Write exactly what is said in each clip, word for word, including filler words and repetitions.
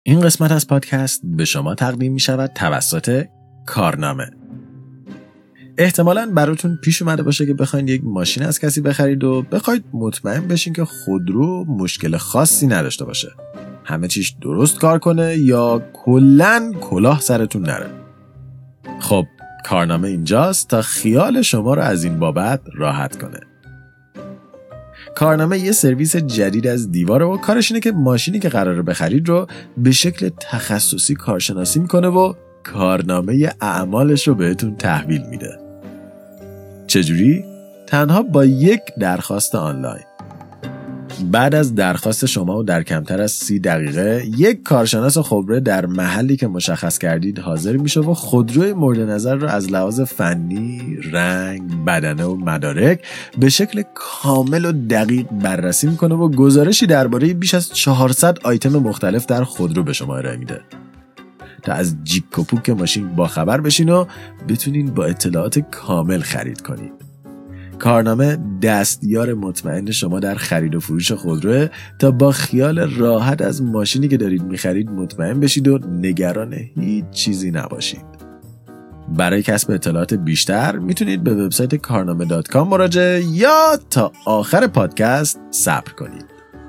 این قسمت از پادکست به شما تقدیم می شود توسط کارنامه. احتمالاً براتون پیش اومده باشه که بخواید یک ماشین از کسی بخرید و بخواید مطمئن بشین که خودرو مشکل خاصی نداشته باشه، همه چیش درست کار کنه یا کلاً کلاه سرتون نره. خب کارنامه اینجاست تا خیال شما رو از این بابت راحت کنه. کارنامه یه سرویس جدید از دیواره و کارش اینه که ماشینی که قراره بخرید رو به شکل تخصصی کارشناسی میکنه و کارنامه اعمالش رو بهتون تحویل میده. چجوری؟ تنها با یک درخواست آنلاین. بعد از درخواست شما و در کمتر از سی دقیقه یک کارشناس خبره در محلی که مشخص کردید حاضر میشه و خودروی مورد نظر رو از لحاظ فنی، رنگ، بدنه و مدارک به شکل کامل و دقیق بررسی میکنه و گزارشی درباره بیش از چهارصد آیتم مختلف در خودرو به شما ارائه میده تا از جیک و پوک ماشین با خبر بشین و بتونین با اطلاعات کامل خرید کنید. کارنامه دستیار مطمئن شما در خرید و فروش خودروه تا با خیال راحت از ماشینی که دارید میخرید مطمئن بشید و نگران هیچ چیزی نباشید. برای کسب اطلاعات بیشتر میتونید به وبسایت کارنامه دات کام مراجعه یا تا آخر پادکست صبر کنید.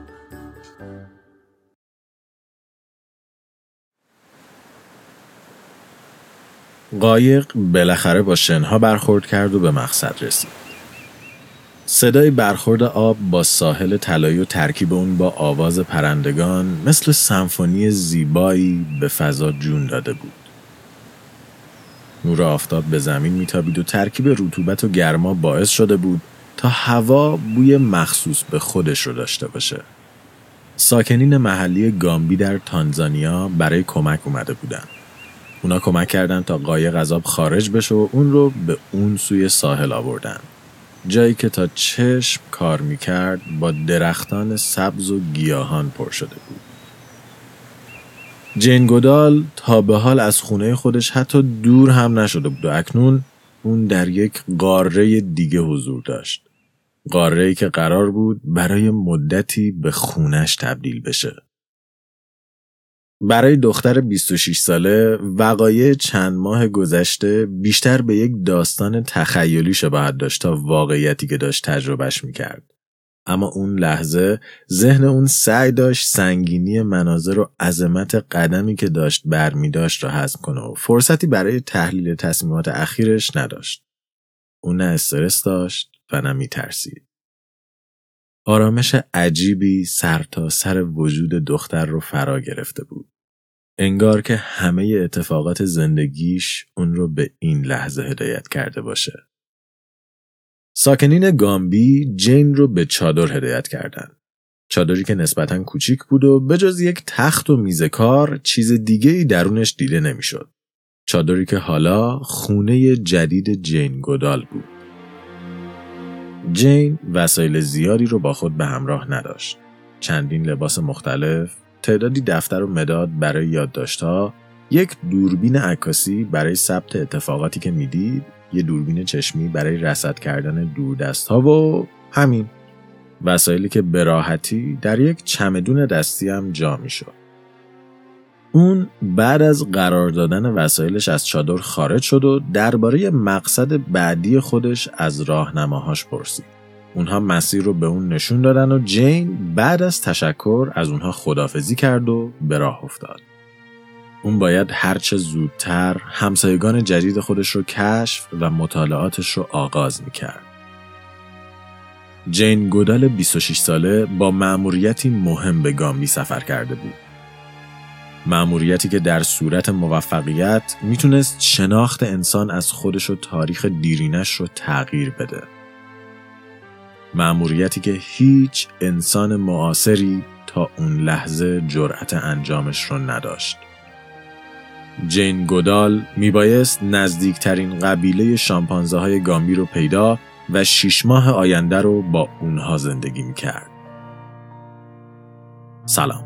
قایق بالاخره با شنها برخورد کرد و به مقصد رسید. صدای برخورد آب با ساحل طلایی و ترکیب اون با آواز پرندگان مثل سمفونی زیبایی به فضا جون داده بود. نور آفتاب به زمین میتابید و ترکیب رطوبت و گرما باعث شده بود تا هوا بوی مخصوص به خودش رو داشته باشه. ساکنین محلی گامبی در تانزانیا برای کمک اومده بودن. اونا کمک کردن تا قایق از آب خارج بشه و اون رو به اون سوی ساحل آوردن. جایی که تا چشم کار میکرد با درختان سبز و گیاهان پر شده بود. جین گودال تا به حال از خونه خودش حتی دور هم نشده بود و اکنون اون در یک قاره دیگه حضور داشت. قاره‌ای که قرار بود برای مدتی به خونش تبدیل بشه. برای دختر بیست و شش ساله وقایع چند ماه گذشته بیشتر به یک داستان تخیلی شباهت داشت تا واقعیتی که داشت تجربهش میکرد. اما اون لحظه ذهن اون سعی داشت سنگینی مناظر و عظمت قدمی که داشت برمی داشت را هضم کنه و فرصتی برای تحلیل تصمیمات اخیرش نداشت. اون نه استرس داشت و نه میترسید. آرامش عجیبی سر تا سر وجود دختر رو فرا گرفته بود. انگار که همه اتفاقات زندگیش اون رو به این لحظه هدایت کرده باشه. ساکنین گامبی جین رو به چادر هدایت کردن. چادری که نسبتاً کوچیک بود و به جز یک تخت و میز کار چیز دیگه‌ای درونش دیده نمی‌شد. چادری که حالا خونه جدید جین گودال بود. جین وسایل زیادی رو با خود به همراه نداشت. چندین لباس مختلف، تعدادی دفتر و مداد برای یادداشت‌ها، یک دوربین عکاسی برای ثبت اتفاقاتی که می‌دید، یک دوربین چشمی برای رصد کردن دوردست‌ها و همین. وسایلی که به راحتی در یک چمدون دستی هم جا می‌شد. اون بعد از قرار دادن وسایلش از چادر خارج شد و درباره مقصد بعدی خودش از راهنماهاش پرسید. اونها مسیر رو به اون نشون دادن و جین بعد از تشکر از اونها خداحافظی کرد و به راه افتاد. اون باید هرچه زودتر همسایگان جدید خودش رو کشف و مطالعاتش رو آغاز میکرد. جین گودال بیست و شش ساله با مأموریتی مهم به گامبی سفر کرده بود. مأموریتی که در صورت موفقیت میتونست شناخت انسان از خودش و تاریخ دیرینش رو تغییر بده. مأموریتی که هیچ انسان معاصری تا اون لحظه جرأت انجامش رو نداشت. جین گودال میبایست نزدیکترین قبیله شامپانزه های گامبی رو پیدا و شش ماه آینده رو با اونها زندگی میکرد. سلام.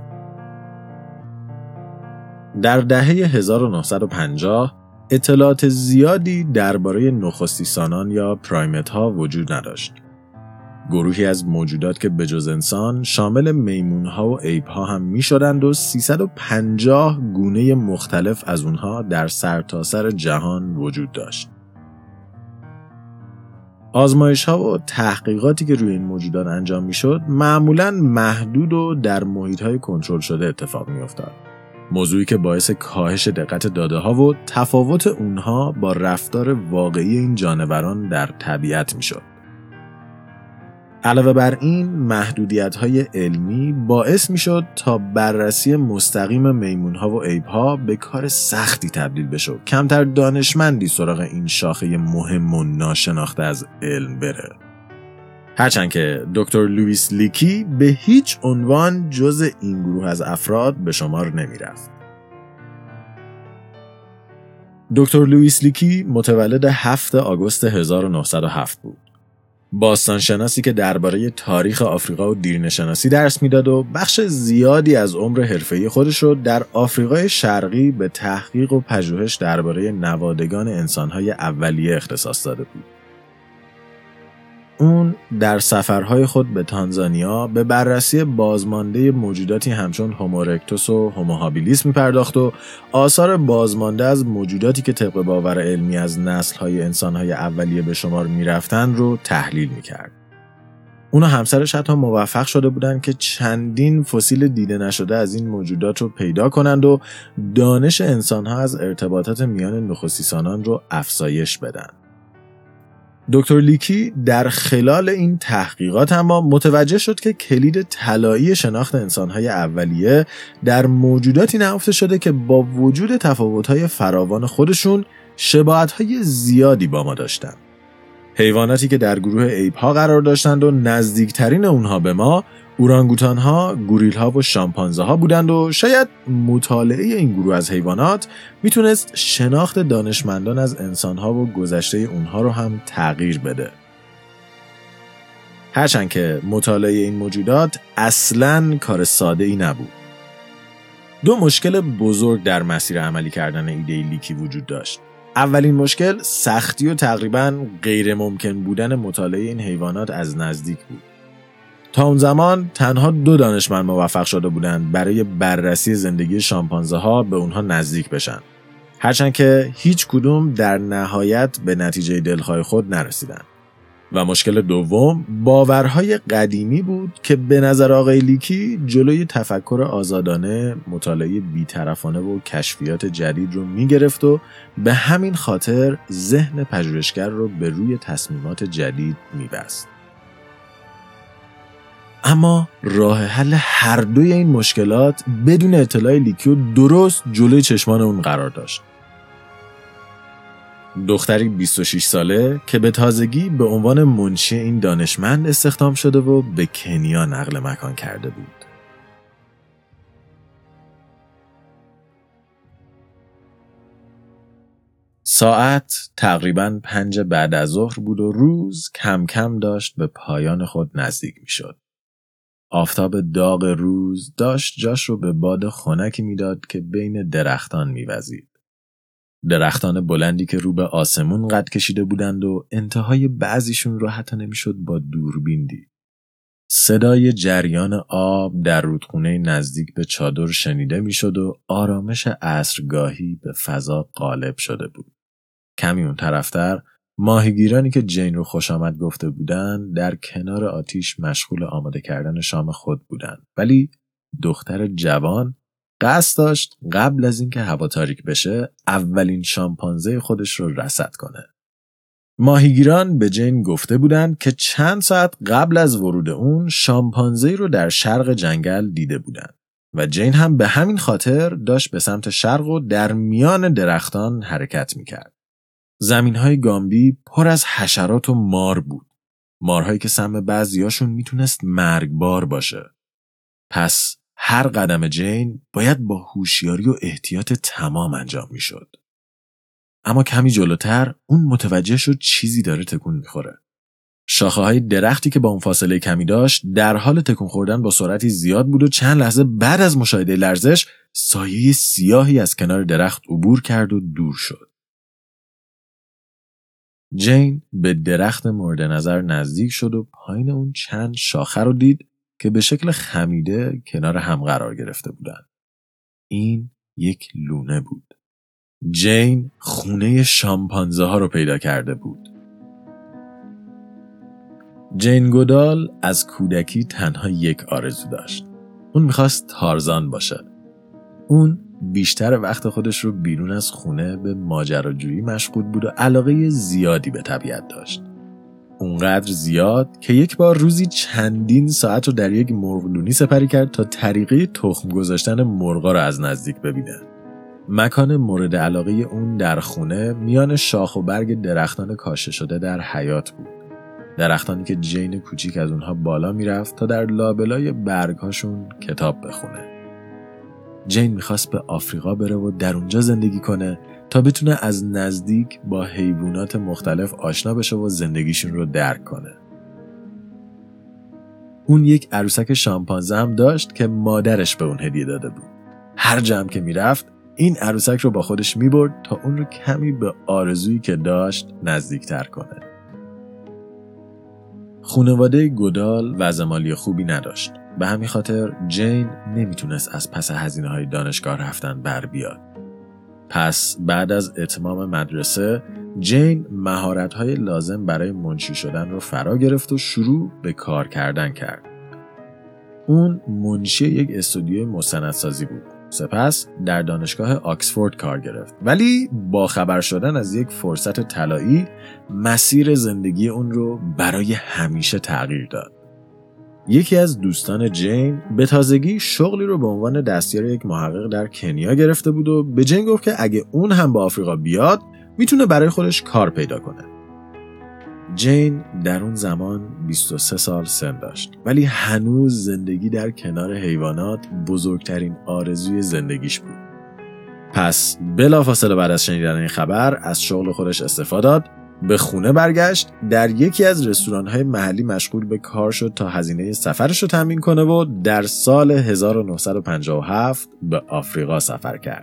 در دهه هزار و نهصد و پنجاه اطلاعات زیادی درباره نخستی‌سانان یا پرایمت ها وجود نداشت. گروهی از موجودات که بجز انسان شامل میمون‌ها و عیب‌ها هم می‌شدند و سیصد و پنجاه گونه مختلف از اونها در سرتاسر جهان وجود داشت. آزمایش‌ها و تحقیقاتی که روی این موجودات انجام می‌شد معمولاً محدود و در محیط‌های کنترل شده اتفاق می‌افتاد. موضوعی که باعث کاهش دقت داده‌ها و تفاوت اونها با رفتار واقعی این جانوران در طبیعت می‌شد. علاوه بر این، محدودیت‌های علمی باعث می‌شد تا بررسی مستقیم میمون‌ها و عیب‌ها به کار سختی تبدیل بشه. کمتر دانشمندی سراغ این شاخه مهم و ناشناخته از علم بره. هرچند که دکتر لوئیس لیکی به هیچ عنوان جز این گروه از افراد به شمار نمی‌رفت. دکتر لوئیس لیکی متولد هفتم آگوست هزار و نهصد و هفت بود. باستانشناسی که درباره تاریخ آفریقا و دیرینه‌شناسی درس میداد و بخش زیادی از عمر حرفه‌ای خودش رو در آفریقای شرقی به تحقیق و پژوهش درباره نوادگان انسان‌های اولیه اختصاص داده بود. اون در سفرهای خود به تانزانیا به بررسی بازمانده موجوداتی همچون هومو اکتوس و هومو هابیلیس می‌پرداخت و آثار بازمانده از موجوداتی که طبق باور علمی از نسل‌های انسان‌های اولیه به شمار می‌رفتن رو تحلیل می‌کرد. اون و همسرش حتی موفق شده بودن که چندین فسیل دیده نشده از این موجودات رو پیدا کنند و دانش انسان‌ها از ارتباطات میان نخستی‌سانان رو افزایش بدن. دکتر لیکی در خلال این تحقیقات اما متوجه شد که کلید طلایی شناخت انسان‌های اولیه در موجوداتی نهفته شده که با وجود تفاوت‌های فراوان خودشون شباهت‌های زیادی با ما داشتند. حیواناتی که در گروه عیب‌ها قرار داشتند و نزدیکترین اونها به ما اورانگوتان‌ها، گوریل‌ها و شامپانزه‌ها بودند و شاید مطالعه این گروه از حیوانات میتونست شناخت دانشمندان از انسان‌ها و گذشته اونها رو هم تغییر بده. هرچند که مطالعه این موجودات اصلاً کار ساده‌ای نبود. دو مشکل بزرگ در مسیر عملی کردن ایده لیکی وجود داشت. اولین مشکل سختی و تقریباً غیر ممکن بودن مطالعه این حیوانات از نزدیک بود. تا اون زمان تنها دو دانشمند موفق شده بودند برای بررسی زندگی شامپانزه ها به اونها نزدیک بشن. هرچند که هیچ کدوم در نهایت به نتیجه دلخواه خود نرسیدند. و مشکل دوم باورهای قدیمی بود که به نظر آقای لیکی جلوی تفکر آزادانه، مطالعه بی‌طرفانه و کشفیات جدید رو میگرفت و به همین خاطر ذهن پژوهشگر رو به روی تصمیمات جدید میبست. اما راه حل هر دوی این مشکلات بدون اطلاع لیکی و درست جلوی چشمان اون قرار داشت. دختری بیست و شش ساله که به تازگی به عنوان منشی این دانشمند استخدام شده و به کنیا نقل مکان کرده بود. ساعت تقریباً پنج بعد از ظهر بود و روز کم کم داشت به پایان خود نزدیک می شد. آفتاب داغ روز داشت جاش رو به باد خنکی میداد که بین درختان میوزید. درختان بلندی که رو به آسمون قد کشیده بودند و انتهای بعضیشون رو حتی نمیشد با دوربین دید. صدای جریان آب در رودخونه نزدیک به چادر شنیده میشد و آرامش عصرگاهی به فضا غالب شده بود. کمی اون طرفتر ماهیگیرانی که جین رو خوش آمد گفته بودند در کنار آتیش مشغول آماده کردن شام خود بودند، ولی دختر جوان قصد داشت قبل از اینکه هوا تاریک بشه اولین شامپانزه خودش رو رصد کنه. ماهیگیران به جین گفته بودند که چند ساعت قبل از ورود اون شامپانزه رو در شرق جنگل دیده بودند و جین هم به همین خاطر داشت به سمت شرق و در میان درختان حرکت میکرد. زمین‌های گامبی پر از حشرات و مار بود. مارهایی که سم بعضیاشون میتونست مرگبار باشه. پس هر قدم جین باید با هوشیاری و احتیاط تمام انجام میشد. اما کمی جلوتر اون متوجه شد چیزی داره تکون میخوره. شاخه‌های درختی که با اون فاصله کمی داشت در حال تکون خوردن با سرعتی زیاد بود و چند لحظه بعد از مشاهده لرزش سایه سیاهی از کنار درخت عبور کرد و دور شد. جین به درخت مورد نظر نزدیک شد و پایین اون چند شاخه رو دید که به شکل خمیده کنار هم قرار گرفته بودن. این یک لونه بود. جین خونه شامپانزه ها رو پیدا کرده بود. جین گودال از کودکی تنها یک آرزو داشت. اون میخواست تارزان باشه. اون بیشتر وقت خودش رو بیرون از خونه به ماجراجویی مشغول بود و علاقه زیادی به طبیعت داشت. اونقدر زیاد که یک بار روزی چندین ساعت رو در یک مرغدونی سپری کرد تا طریقه تخم گذاشتن مرغا رو از نزدیک ببینه. مکان مورد علاقه اون در خونه میان شاخ و برگ درختان کاشته شده در حیاط بود. درختانی که جین کوچیک از اونها بالا میرفت تا در لابلای برگهاشون کتاب بخونه. جین میخواست به آفریقا بره و در اونجا زندگی کنه تا بتونه از نزدیک با حیوانات مختلف آشنا بشه و زندگیشون رو درک کنه. اون یک عروسک شامپانزه هم داشت که مادرش به اون هدیه داده بود. هر جا که میرفت این عروسک رو با خودش میبرد تا اون رو کمی به آرزویی که داشت نزدیکتر کنه. خانواده گودال وضع مالی خوبی نداشت. به همین خاطر جین نمیتونست از پس هزینه‌های دانشگاه رفتن بر بیاد. پس بعد از اتمام مدرسه جین مهارت‌های لازم برای منشی شدن رو فرا گرفت و شروع به کار کردن کرد. اون منشی یک استودیوی مستندسازی بود. سپس در دانشگاه آکسفورد کار گرفت. ولی با خبر شدن از یک فرصت طلایی مسیر زندگی اون رو برای همیشه تغییر داد. یکی از دوستان جین به تازگی شغلی رو به عنوان دستیار یک محقق در کنیا گرفته بود و به جین گفت که اگه اون هم به آفریقا بیاد میتونه برای خودش کار پیدا کنه. جین در اون زمان بیست و سه سال سن داشت ولی هنوز زندگی در کنار حیوانات بزرگترین آرزوی زندگیش بود. پس بلافاصله بعد از شنیدن این خبر از شغل خودش استعفا داد، به خونه برگشت، در یکی از رستوران‌های محلی مشغول به کار شد تا هزینه سفرش رو تامین کنه و در سال هزار و نهصد و پنجاه و هفت به آفریقا سفر کرد.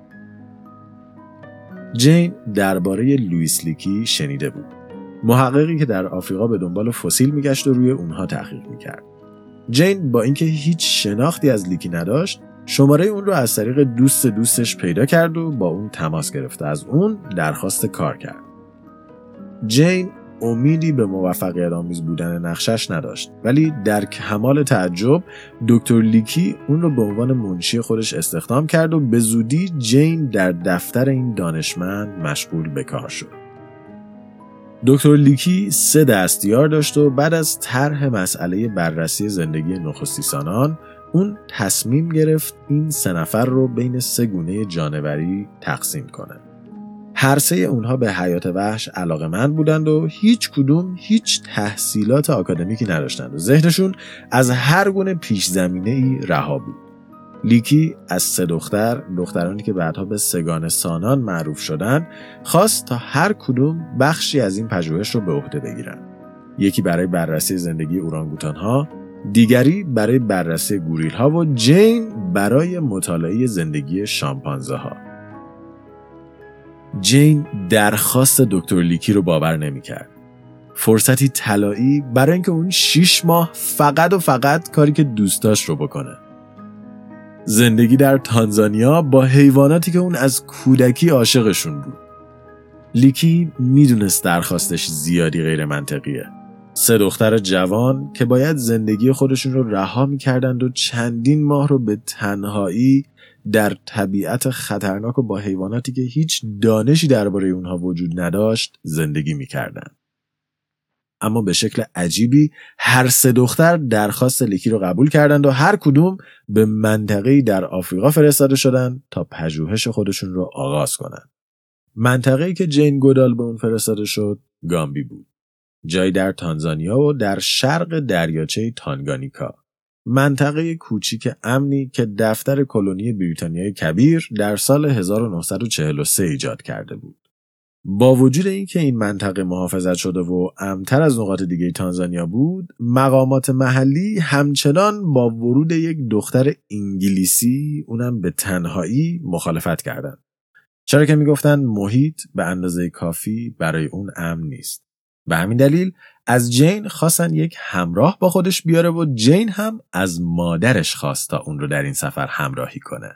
جین درباره لوئیس لیکی شنیده بود. محققی که در آفریقا به دنبال فسیل میگشت و روی اونها تحقیق میکرد. جین با اینکه هیچ شناختی از لیکی نداشت، شماره اون رو از طریق دوست دوستش پیدا کرد و با اون تماس گرفت. از اون درخواست کار کرد. جین امیدی به موفقیت آمیز بودن نقشش نداشت ولی در کمال تعجب دکتر لیکی اون رو به عنوان منشی خودش استخدام کرد و به زودی جین در دفتر این دانشمند مشغول به کار شد. دکتر لیکی سه دستیار داشت و بعد از طرح مسئله بررسی زندگی نخستیسانان اون تصمیم گرفت این سه نفر رو بین سه گونه جانوری تقسیم کنه. هر سه اونها به حیات وحش علاقه‌مند بودند و هیچ کدوم هیچ تحصیلات آکادمیکی نداشتند و ذهنشون از هر گونه پیش زمینه‌ای رها بود. لیکی از سه دختر، دخترانی که بعدها به سگان سانان معروف شدند، خواست تا هر کدوم بخشی از این پژوهش رو به عهده بگیرن. یکی برای بررسی زندگی اورانگوتان‌ها، دیگری برای بررسی گوریل‌ها و جین برای مطالعه زندگی شامپانزه‌ها. جین درخواست دکتر لیکی رو باور نمی‌کرد. فرصتی طلایی برای اینکه اون شش ماه فقط و فقط کاری که دوست داشت رو بکنه. زندگی در تانزانیا با حیواناتی که اون از کودکی عاشقشون بود. لیکی میدونست درخواستش زیادی غیر منطقیه. سه دختر جوان که باید زندگی خودشون رو رها می‌کردند و چندین ماه رو به تنهایی در طبیعت خطرناک و با حیواناتی که هیچ دانشی درباره اونها وجود نداشت زندگی می‌کردند. اما به شکل عجیبی هر سه دختر درخواست لیکی رو قبول کردند و هر کدوم به منطقه‌ای در آفریقا فرستاده شدند تا پژوهش خودشون رو آغاز کنند. منطقه‌ای که جین گودال به اون فرستاده شد گامبی بود. جایی در تانزانیا و در شرق دریاچه تانگانیکا. منطقه کوچیک امنی که دفتر کلونی بریتانیای کبیر در سال هزار و نهصد و چهل و سه ایجاد کرده بود. با وجود اینکه این منطقه محافظت شده و امن‌تر از نقاط دیگه تانزانیا بود، مقامات محلی همچنان با ورود یک دختر انگلیسی، اونم به تنهایی، مخالفت کردند. چرا که میگفتن محیط به اندازه کافی برای اون امن نیست. به همین دلیل از جین خواستن یک همراه با خودش بیاره و جین هم از مادرش خواست تا اون رو در این سفر همراهی کنه.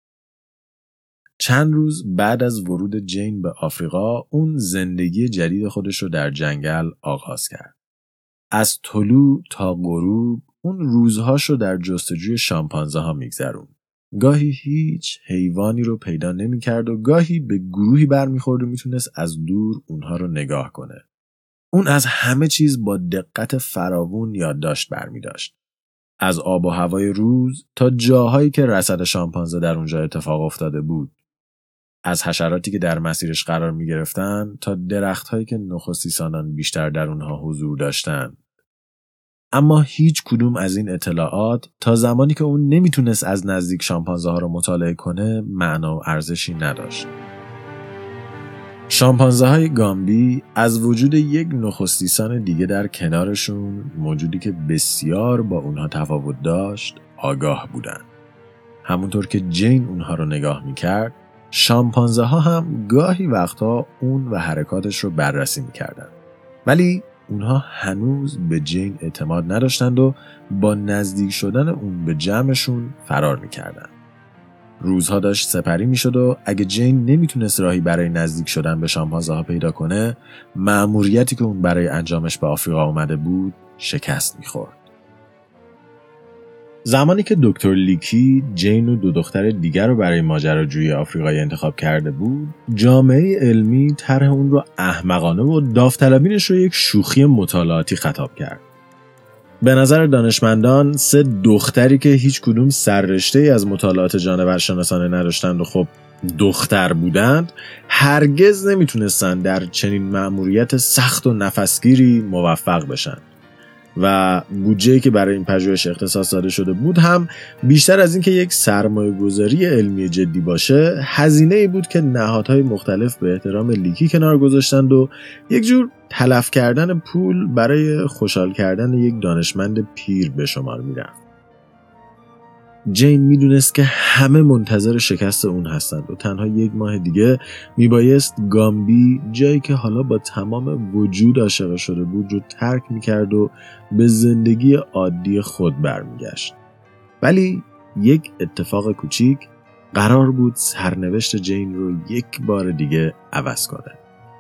چند روز بعد از ورود جین به آفریقا، اون زندگی جدید خودش رو در جنگل آغاز کرد. از طلوع تا غروب اون روزهاش رو در جستجوی شامپانزه ها میگذرون. گاهی هیچ حیوانی رو پیدا نمی کرد و گاهی به گروهی برمیخورد و میتونست از دور اونها رو نگاه کنه. اون از همه چیز با دقت فراوون یادداشت برمی داشت. از آب و هوای روز تا جاهایی که رصد شامپانزه در اونجا اتفاق افتاده بود. از حشراتی که در مسیرش قرار می گرفتن تا درختهایی که نخستی‌سانان بیشتر در اونها حضور داشتن. اما هیچ کدوم از این اطلاعات تا زمانی که اون نمیتونست از نزدیک شامپانزه ها رو مطالعه کنه معنا و ارزشی نداشت. شامپانزه های گامبی از وجود یک نخستی‌سان دیگه در کنارشون، موجودی که بسیار با اونها تفاوت داشت، آگاه بودن. همونطور که جین اونها رو نگاه میکرد، شامپانزه ها هم گاهی وقتا اون و حرکاتش رو بررسی میکردن. ولی اونها هنوز به جین اعتماد نداشتند و با نزدیک شدن اون به جمعشون فرار میکردن. روزها داشت سپری میشد و اگه جین نمیتونست راهی برای نزدیک شدن به شامپانزه ها پیدا کنه، مأموریتی که اون برای انجامش به آفریقا اومده بود شکست میخورد. زمانی که دکتر لیکی جین و دو دختر دیگر رو برای ماجراجویی آفریقایی انتخاب کرده بود، جامعه علمی طرح اون رو احمقانه و داوطلبینش رو یک شوخی مطالعاتی خطاب کرد. به نظر دانشمندان سه دختری که هیچ کدوم سررشته‌ای از مطالعات جانورشناسانه نداشتند و خب دختر بودند، هرگز نمیتونستند در چنین مأموریت سخت و نفسگیری موفق بشن. و بودجه‌ای که برای این پژوهش اختصاص داده شده بود هم بیشتر از این که یک سرمایه‌گذاری علمی جدی باشه، هزینه‌ای بود که نهادهای مختلف به احترام لیکی کنار گذاشتند و یک جور تلف کردن پول برای خوشحال کردن یک دانشمند پیر به شمار می‌رفت. جین میدونست که همه منتظر شکست اون هستند و تنها یک ماه دیگه میبایست گامبی، جایی که حالا با تمام وجود عاشق شده بود، رو ترک میکرد و به زندگی عادی خود برمیگشت. ولی یک اتفاق کوچیک قرار بود سرنوشت جین رو یک بار دیگه عوض کنه.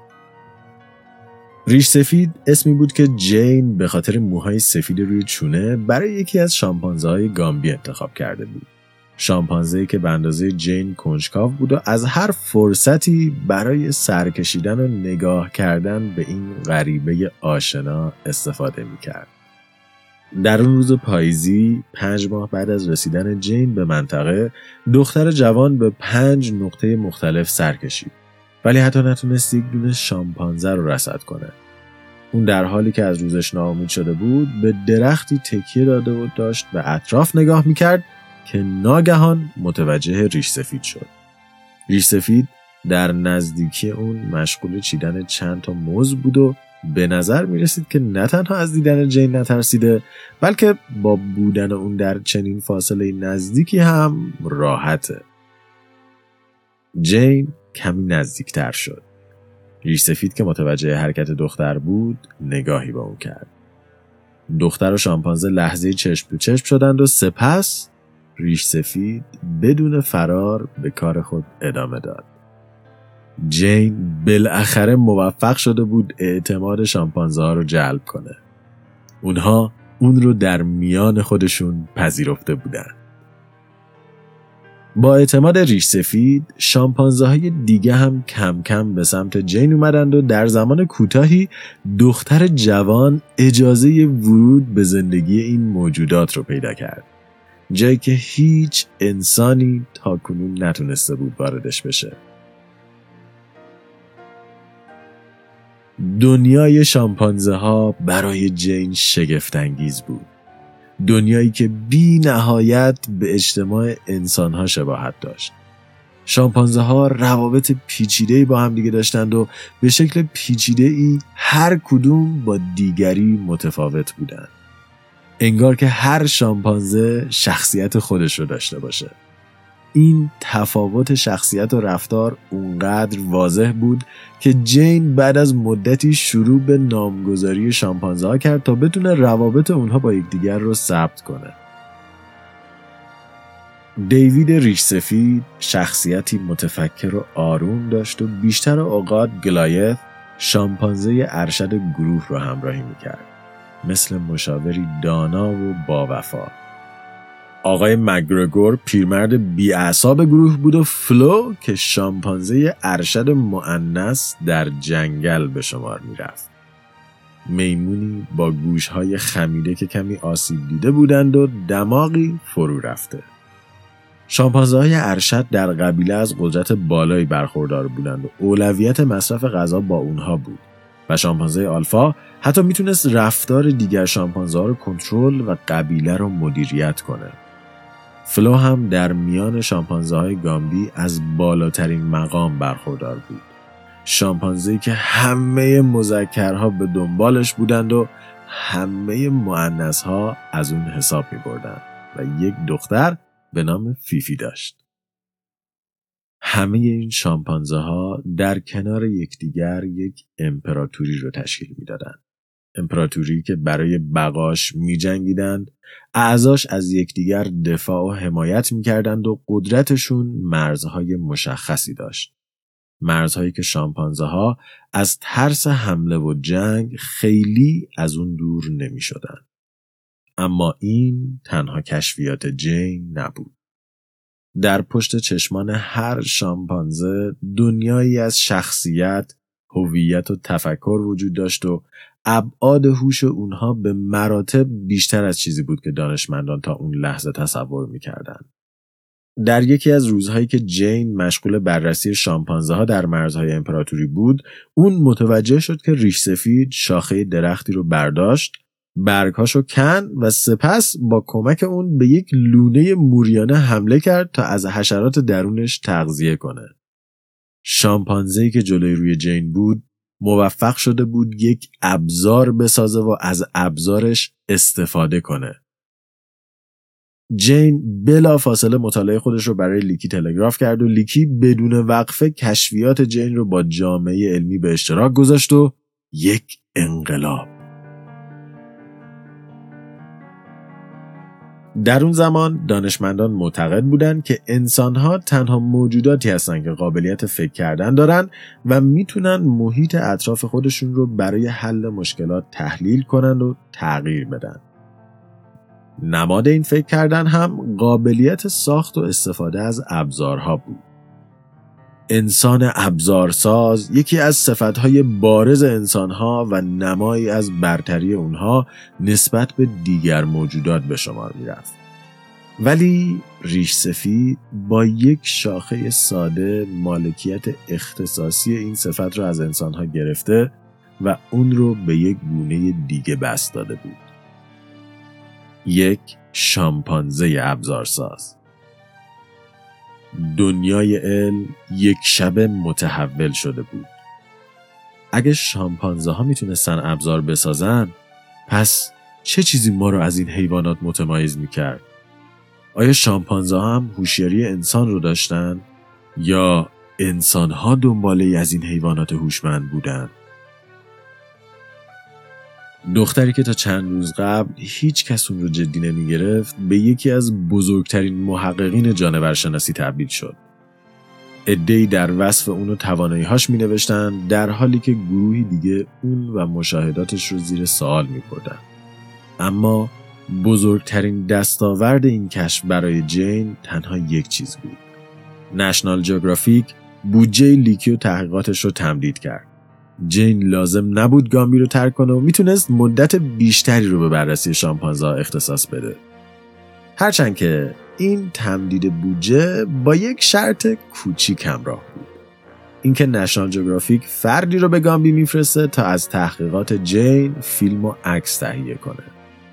ریش سفید اسمی بود که جین به خاطر موهای سفید روی چونه برای یکی از شامپانزه های گامبی انتخاب کرده بود. شامپانزه‌ای که به اندازه جین کنجکاو بود و از هر فرصتی برای سرکشیدن و نگاه کردن به این غریبه آشنا استفاده می‌کرد. در اون روز پاییزی، پنج ماه بعد از رسیدن جین به منطقه، دختر جوان به پنج نقطه مختلف سر کشید. ولی حتی نتونست یک دونه شامپانزه رو رصد کنه. اون در حالی که از روزش ناامید شده بود، به درختی تکیه داده و داشت به اطراف نگاه میکرد که ناگهان متوجه ریش سفید شد. ریش سفید در نزدیکی اون مشغول چیدن چند تا موز بود و به نظر میرسید که نه تنها از دیدن جین نترسیده، بلکه با بودن اون در چنین فاصله نزدیکی هم راحته. جین کمی نزدیکتر شد. ریش سفید که متوجه حرکت دختر بود، نگاهی به اون کرد. دختر و شامپانزه لحظه چشم تو چشم شدند و سپس ریش سفید بدون فرار به کار خود ادامه داد. جین بالاخره موفق شده بود اعتماد شامپانزه ها رو جلب کنه. اونها اون رو در میان خودشون پذیرفته بودند. با اعتماد ریش سفید، شامپانزه های دیگه هم کم کم به سمت جین اومدند و در زمان کوتاهی دختر جوان اجازه ورود به زندگی این موجودات رو پیدا کرد. جایی که هیچ انسانی تاکنون نتونسته بود واردش بشه. دنیای شامپانزه ها برای جین شگفت انگیز بود. دنیایی که بی نهایت به اجتماع انسان‌ها شباهت داشت. شامپانزه ها روابط پیچیده‌ای با هم دیگه داشتند و به شکل پیچیده‌ای هر کدوم با دیگری متفاوت بودند. انگار که هر شامپانزه شخصیت خودش رو داشته باشه. این تفاوت شخصیت و رفتار اونقدر واضح بود که جین بعد از مدتی شروع به نامگذاری شامپانزه ها کرد تا بتونه روابط اونها با یکدیگر رو ثبت کنه. دیوید ریش سفید شخصیتی متفکر و آروم داشت و بیشتر اوقات گلایث شامپانزه ارشد گروه رو همراهی میکرد، مثل مشاوری دانا و باوفا. آقای مگرگور پیرمرد بی‌اعصاب گروه بود و فلو که شامپانزه ارشد مؤنث در جنگل به شمار میرفت. میمونی با گوشهای خمیده که کمی آسیب دیده بودند و دماغی فرو رفته. شامپانزه‌های ارشد در قبیله از قدرت بالایی برخوردار بودند و اولویت مصرف غذا با اونها بود و شامپانزه آلفا حتی میتونست رفتار دیگر شامپانزه‌ها رو کنترل و قبیله رو مدیریت کنه. فلو هم در میان شامپانزه‌های گامبی از بالاترین مقام برخوردار بود. شامپانزه‌ای که همه مذکرها به دنبالش بودند و همه مؤنث‌ها از اون حساب می‌بردند و یک دختر به نام فیفی داشت. همه این شامپانزه ها در کنار یکدیگر یک امپراتوری رو تشکیل میدادند. امپراتوری که برای بقاش می جنگیدند، اعضاش از یکدیگر دفاع و حمایت می کردند و قدرتشون مرزهای مشخصی داشت. مرزهایی که شامپانزه ها از ترس حمله و جنگ خیلی از اون دور نمی شدن. اما این تنها کشفیات جین نبود. در پشت چشمان هر شامپانزه دنیایی از شخصیت، هویت و تفکر وجود داشت و ابعاد هوش اونها به مراتب بیشتر از چیزی بود که دانشمندان تا اون لحظه تصور می‌کردند. در یکی از روزهایی که جین مشغول بررسی شامپانزه ها در مرزهای امپراتوری بود، اون متوجه شد که ریش سفید شاخه درختی رو برداشت، برگهاشو کند و سپس با کمک اون به یک لونه موریانه حمله کرد تا از حشرات درونش تغذیه کنه. شامپانزه‌ای که جلوی روی جین بود موفق شده بود یک ابزار بسازه و از ابزارش استفاده کنه. جین بلا فاصله مطالعه خودش رو برای لیکی تلگراف کرد و لیکی بدون وقفه کشفیات جین رو با جامعه علمی به اشتراک گذاشت و یک انقلاب. در اون زمان دانشمندان معتقد بودند که انسان‌ها تنها موجوداتی هستند که قابلیت فکر کردن دارن و میتونن محیط اطراف خودشون رو برای حل مشکلات تحلیل کنن و تغییر بدن. نماد این فکر کردن هم قابلیت ساخت و استفاده از ابزارها بود. انسان ابزارساز یکی از صفتهای بارز انسانها و نمایی از برتری اونها نسبت به دیگر موجودات به شمار می رفت. ولی ریش سفید با یک شاخه ساده مالکیت اختصاصی این صفت را از انسانها گرفته و اون رو به یک گونه دیگه بست داده بود. یک شامپانزه ابزارساز. دنیای علم یک شب متحول شده بود. اگه شامپانزه ها میتونستن ابزار بسازن، پس چه چیزی ما رو از این حیوانات متمایز میکرد؟ آیا شامپانزه ها هم هوشیاری انسان رو داشتن؟ یا انسان ها دنباله از این حیوانات هوشمند بودن؟ دختری که تا چند روز قبل هیچ کس اون رو جدی نمی گرفت به یکی از بزرگترین محققین جانورشناسی تبدیل شد. عده‌ای در وصف اون و توانایی‌هاش می نوشتن، در حالی که گروهی دیگه اون و مشاهداتش رو زیر سوال می بردن. اما بزرگترین دستاورد این کشف برای جین تنها یک چیز بود. نشنال جیوگرافیک بودجه لیکی و تحقیقاتش رو تمدید کرد. جین لازم نبود گامبی رو ترک کنه و میتونست مدت بیشتری رو به بررسی شامپانزه اختصاص بده. هرچند که این تمدید بودجه با یک شرط کوچیک همراه بود. اینکه نشنال جیوگرافیک فردی رو به گامبی میفرسته تا از تحقیقات جین فیلم و عکس تهیه کنه.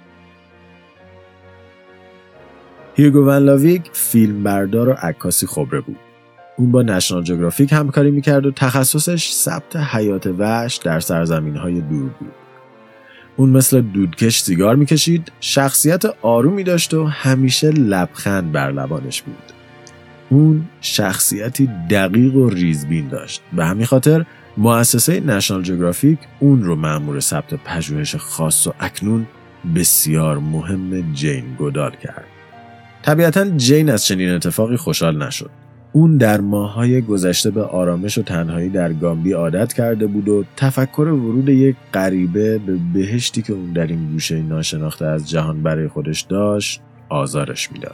هیوگو ون لاویک فیلمبردار و عکاسی خبره بود. اون با نشنال جیوگرافیک همکاری میکرد و تخصصش ثبت حیات وحش در سرزمین‌های دور بود. اون مثل دودکش سیگار میکشید، شخصیت آرومی داشت و همیشه لبخند بر لبانش بود. اون شخصیتی دقیق و ریزبین داشت. به همین خاطر مؤسسه نشنال جیوگرافیک اون رو مأمور ثبت پژوهش خاص و اکنون بسیار مهم جین گودال کرد. طبیعتاً جین از چنین اتفاقی خوشحال نشد. اون در ماه‌های گذشته به آرامش و تنهایی در گامبی عادت کرده بود و تفکر ورود یک غریبه به بهشتی که اون در این گوشه ناشناخته از جهان برای خودش داشت آزارش میداد.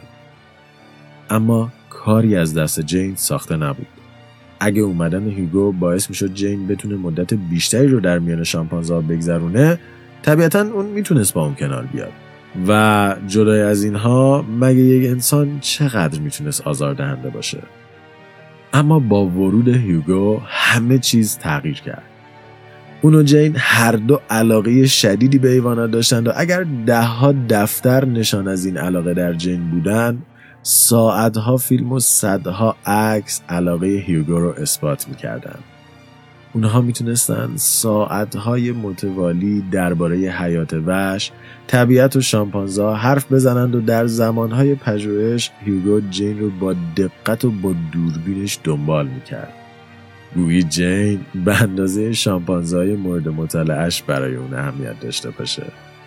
اما کاری از دست جین ساخته نبود. اگه اومدن هیوگو باعث میشد جین بتونه مدت بیشتری رو در میان شامپانزه‌ها بگذرونه، طبیعتاً اون میتونست با اون کنار بیاد. و جدای از اینها مگه یک انسان چقدر میتونست آزاردهنده باشه؟ اما با ورود هیوگو همه چیز تغییر کرد. اون و جین هر دو علاقه شدیدی به حیوانات داشتند و اگر ده ها دفتر نشان از این علاقه در جین بودن، ساعتها فیلم و صدها عکس علاقه هیوگو رو اثبات میکردن. اونها میتونستن ساعتهای متوالی درباره حیات وحش، طبیعت و شامپانزه حرف بزنند و در زمانهای پژوهش هیوگو جین رو با دقت و با دوربینش دنبال میکرد. گویی جین به اندازه شامپانزه‌های مورد مطالعه‌اش برای اون اهمیت داشته باشه.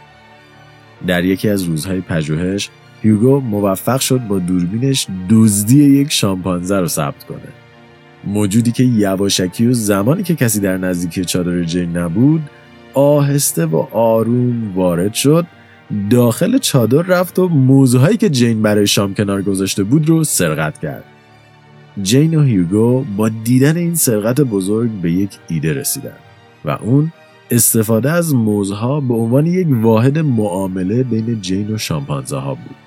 در یکی از روزهای پژوهش هیوگو موفق شد با دوربینش دزدی یک شامپانزه رو ثبت کنه. موجودی که یواشکی و زمانی که کسی در نزدیکی چادر جین نبود آهسته و آروم وارد شد، داخل چادر رفت و موزهایی که جین برای شام کنار گذاشته بود رو سرقت کرد. جین و هیوگو با دیدن این سرقت بزرگ به یک ایده رسیدن و اون استفاده از موزها به عنوان یک واحد معامله بین جین و شامپانزه ها بود.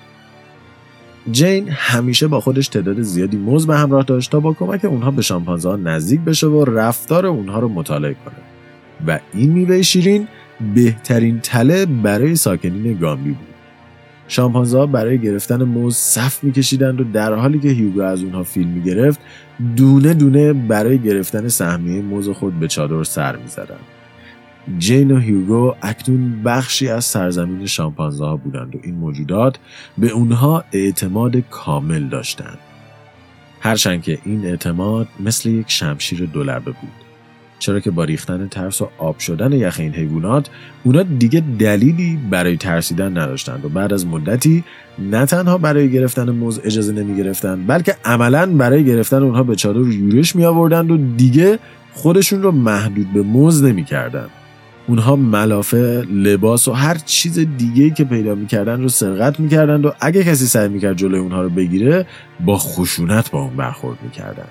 جین همیشه با خودش تعداد زیادی موز به همراه داشت تا با کمک اونها به شامپانزه ها نزدیک بشه و رفتار اونها رو مطالعه کنه و این میوه شیرین بهترین تله برای ساکنین گامبی بود. شامپانزه ها برای گرفتن موز صف میکشیدند و در حالی که هیوگو از اونها فیلم میگرفت دونه دونه برای گرفتن سهمیه موز خود به چادر سر میزدند. جین و هیوگو اکنون بخشی از سرزمین شامپانزه ها بودند و این موجودات به اونها اعتماد کامل داشتند. هرچند که این اعتماد مثل یک شمشیر دولبه بود، چرا که با ریختن ترس و آب شدن یخ این حیوانات اونا دیگه دلیلی برای ترسیدن نداشتند و بعد از مدتی نه تنها برای گرفتن موز اجازه نمی گرفتند بلکه عملاً برای گرفتن اونها به چادر یورش می آوردند و دیگه خودشون رو محدود به موز نمی کردند. اونها ملافه، لباس و هر چیز دیگه‌ای که پیدا می‌کردن رو سرقت می‌کردند و اگه کسی سعی می‌کرد جلوی اونها رو بگیره با خشونت با اون برخورد می‌کردن.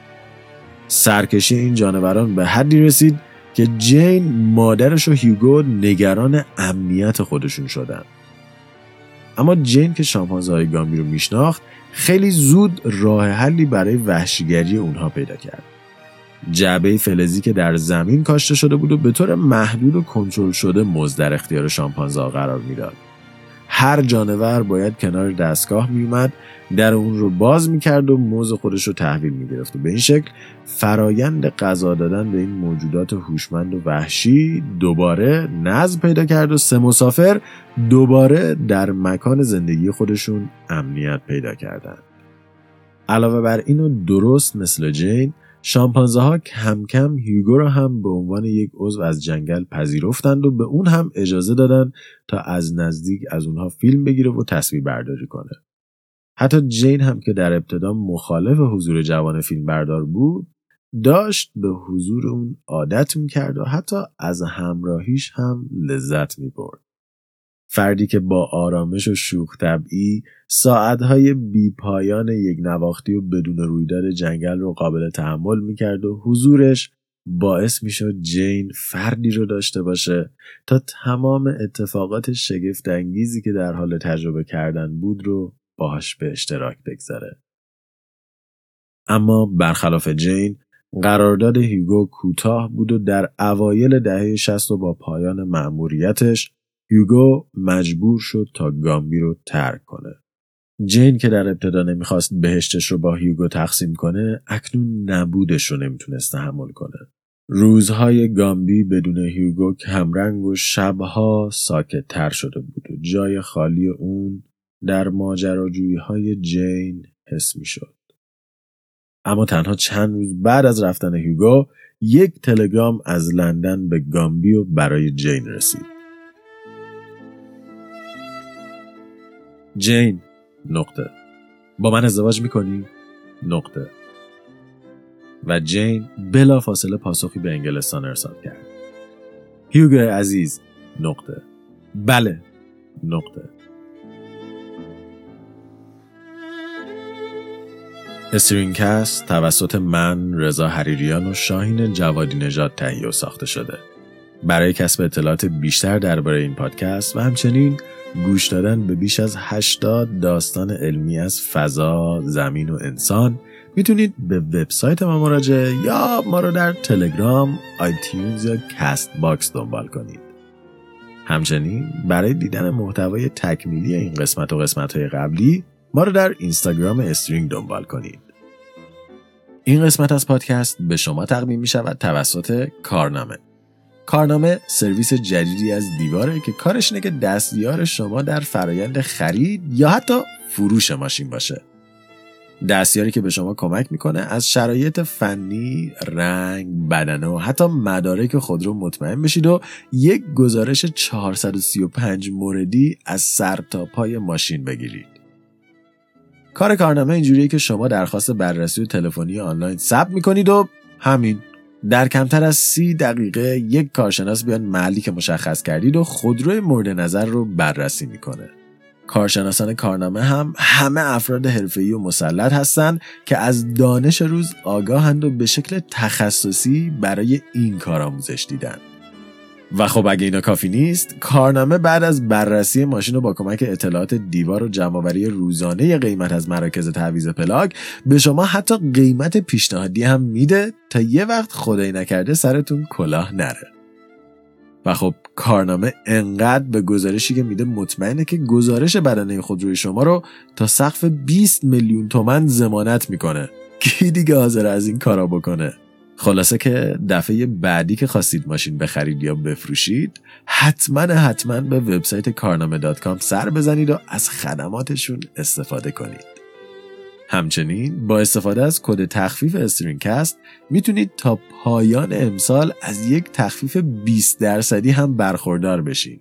سرکشی این جانوران به حدی رسید که جین، مادرش و هیوگو نگران امنیت خودشون شدن. اما جین که شامپانزه‌های گامبی رو میشناخت خیلی زود راه حلی برای وحشیگری اونها پیدا کرد. جعبه فلزی که در زمین کاشته شده بود و به طور محدود و کنترل شده موز در اختیار شامپانزه قرار میداد. هر جانور باید کنار دستگاه میومد، در اون رو باز میکرد و موز خودش رو تحویل میگرفت و به این شکل فرایند غذا دادن به این موجودات هوشمند و وحشی دوباره نظم پیدا کرد و سه مسافر دوباره در مکان زندگی خودشون امنیت پیدا کردند. علاوه بر اینو درست مثل جین، شامپانزه ها کم کم هیوگو را هم به عنوان یک عضو از جنگل پذیرفتند و به اون هم اجازه دادن تا از نزدیک از اونها فیلم بگیره و تصویر برداری کنه. حتی جین هم که در ابتدا مخالف حضور جوان فیلم بردار بود، داشت به حضور اون عادت میکرد و حتی از همراهیش هم لذت میبرد. فردی که با آرامش و شوخ طبعی ساعتهای بی پایان یک نواختی و بدون رویداد جنگل رو قابل تحمل میکرد و حضورش باعث میشد جین فردی رو داشته باشه تا تمام اتفاقات شگفت انگیزی که در حال تجربه کردن بود رو باهاش به اشتراک بگذاره. اما برخلاف جین، قرارداد هیوگو کوتاه بود و در اوایل دهه شصت و با پایان مأموریتش هیوگو مجبور شد تا گامبی رو ترک کنه. جین که در ابتدا نمیخواست بهشتش رو با هیوگو تقسیم کنه، اکنون نبودش رو نمیتونست تحمل کنه. روزهای گامبی بدون هیوگو کمرنگ و شبها ساکت تر شده بود و جای خالی اون در ماجراجویی‌های جین حس میشد. اما تنها چند روز بعد از رفتن هیوگو یک تلگرام از لندن به گامبیو برای جین رسید. جین نقطه با من ازدواج میکنی؟ نقطه. و جین بلا فاصله پاسخی به انگلستان ارسال کرد. هیوگو عزیز نقطه بله نقطه. استرینگ‌کست توسط من رضا حریریان و شاهین جوادی نژاد تهیه و ساخته شده. برای کسب اطلاعات بیشتر درباره این پادکست و همچنین گوش دادن به بیش از هشتاد داستان علمی از فضا، زمین و انسان میتونید به وبسایت ما مراجعه یا ما رو در تلگرام، آیتیونز یا کست باکس دنبال کنید. همچنین برای دیدن محتوای تکمیلی این قسمت و قسمت‌های قبلی ما رو در اینستاگرام استرینگ دنبال کنید. این قسمت از پادکست به شما تقدیم می شود توسط کارنامه. کارنامه سرویس جدیدی از دیواره که کارش اینه که دستیار شما در فرایند خرید یا حتی فروش ماشین باشه. دستیاری که به شما کمک میکنه از شرایط فنی، رنگ، بدنه و حتی مدارک خودرو مطمئن بشید و یک گزارش چهارصد و سی و پنج موردی از سر تا پای ماشین بگیرید. کار کارنامه اینجوریه که شما درخواست بررسی و تلفنی آنلاین ثبت میکنید و همین در کمتر از سی دقیقه یک کارشناس بیان محلی که مشخص کردید و خودروی مورد نظر رو بررسی میکنه. کارشناسان کارنامه هم همه افراد حرفه‌ای و مسلط هستن که از دانش روز آگاهند و به شکل تخصصی برای این کار آموزش دیدن. و خب اگه اینا کافی نیست، کارنامه بعد از بررسی ماشین و با کمک اطلاعات دیوار و جمع‌آوری روزانه قیمت از مراکز تعویض پلاک به شما حتی قیمت پیشنهادی هم میده تا یه وقت خدای نکرده سرتون کلاه نره. و خب کارنامه انقدر به گزارشی که میده مطمئنه که گزارش بدنه خودروی شما رو تا سقف بیست میلیون تومان ضمانت میکنه. کی دیگه حاضر از این کارا بکنه؟ خلاصه که دفعه بعدی که خواستید ماشین بخرید یا بفروشید حتما حتما به وبسایت کارنامه دات کام سر بزنید و از خدماتشون استفاده کنید. همچنین با استفاده از کد تخفیف استرینگ‌کست میتونید تا پایان امسال از یک تخفیف بیست درصدی هم برخوردار بشید.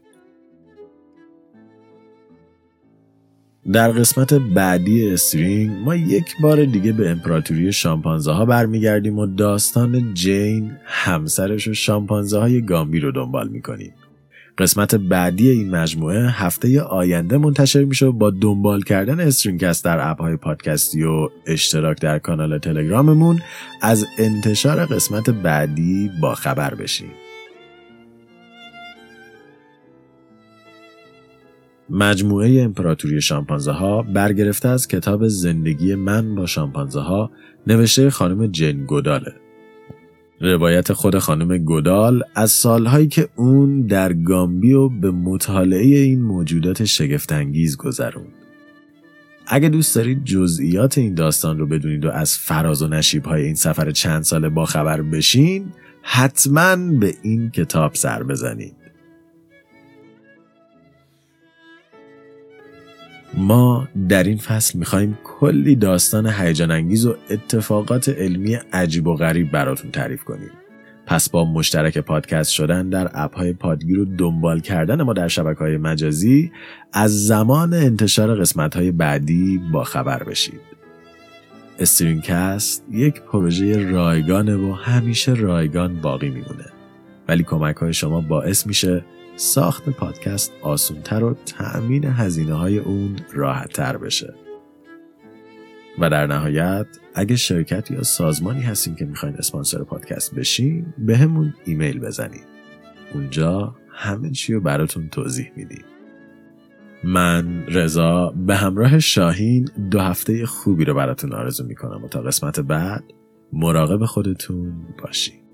در قسمت بعدی استرینگ ما یک بار دیگه به امپراتوری شامپانزه ها برمیگردیم و داستان جین، همسرش و شامپانزه های گامبی رو دنبال میکنیم. قسمت بعدی این مجموعه هفته آینده منتشر میشه و با دنبال کردن استرینگ‌کست در اپ‌های پادکستی و اشتراک در کانال تلگراممون از انتشار قسمت بعدی با خبر بشیم. مجموعه امپراتوری شامپانزه ها برگرفته از کتاب زندگی من با شامپانزه ها نوشته خانم جین گوداله. روایت خود خانم گودال از سالهایی که اون در گامبیو به مطالعه این موجودات شگفت‌انگیز گذروند. اگه دوست دارید جزئیات این داستان رو بدونید و از فراز و نشیب‌های این سفر چند ساله با خبر بشین، حتماً به این کتاب سر بزنید. ما در این فصل میخوایم کلی داستان هیجان انگیز و اتفاقات علمی عجیب و غریب براتون تعریف کنیم. پس با مشترک پادکست شدن در اپ‌های پادگیر و دنبال کردن ما در شبکه‌های مجازی از زمان انتشار قسمت‌های بعدی با خبر بشید. استرینگ‌کست یک پروژه رایگانه و همیشه رایگان باقی میمونه. ولی کمک‌های شما باعث میشه ساخت پادکست آسان‌تر و تأمین هزینه‌های اون راحت‌تر بشه. و در نهایت اگه شرکت یا سازمانی هستین که میخواین اسپانسر پادکست بشین، به همون ایمیل بزنید. اونجا همه چی رو براتون توضیح میدیم. من رضا به همراه شاهین دو هفته خوبی رو براتون آرزو میکنم و تا قسمت بعد مراقب خودتون باشین.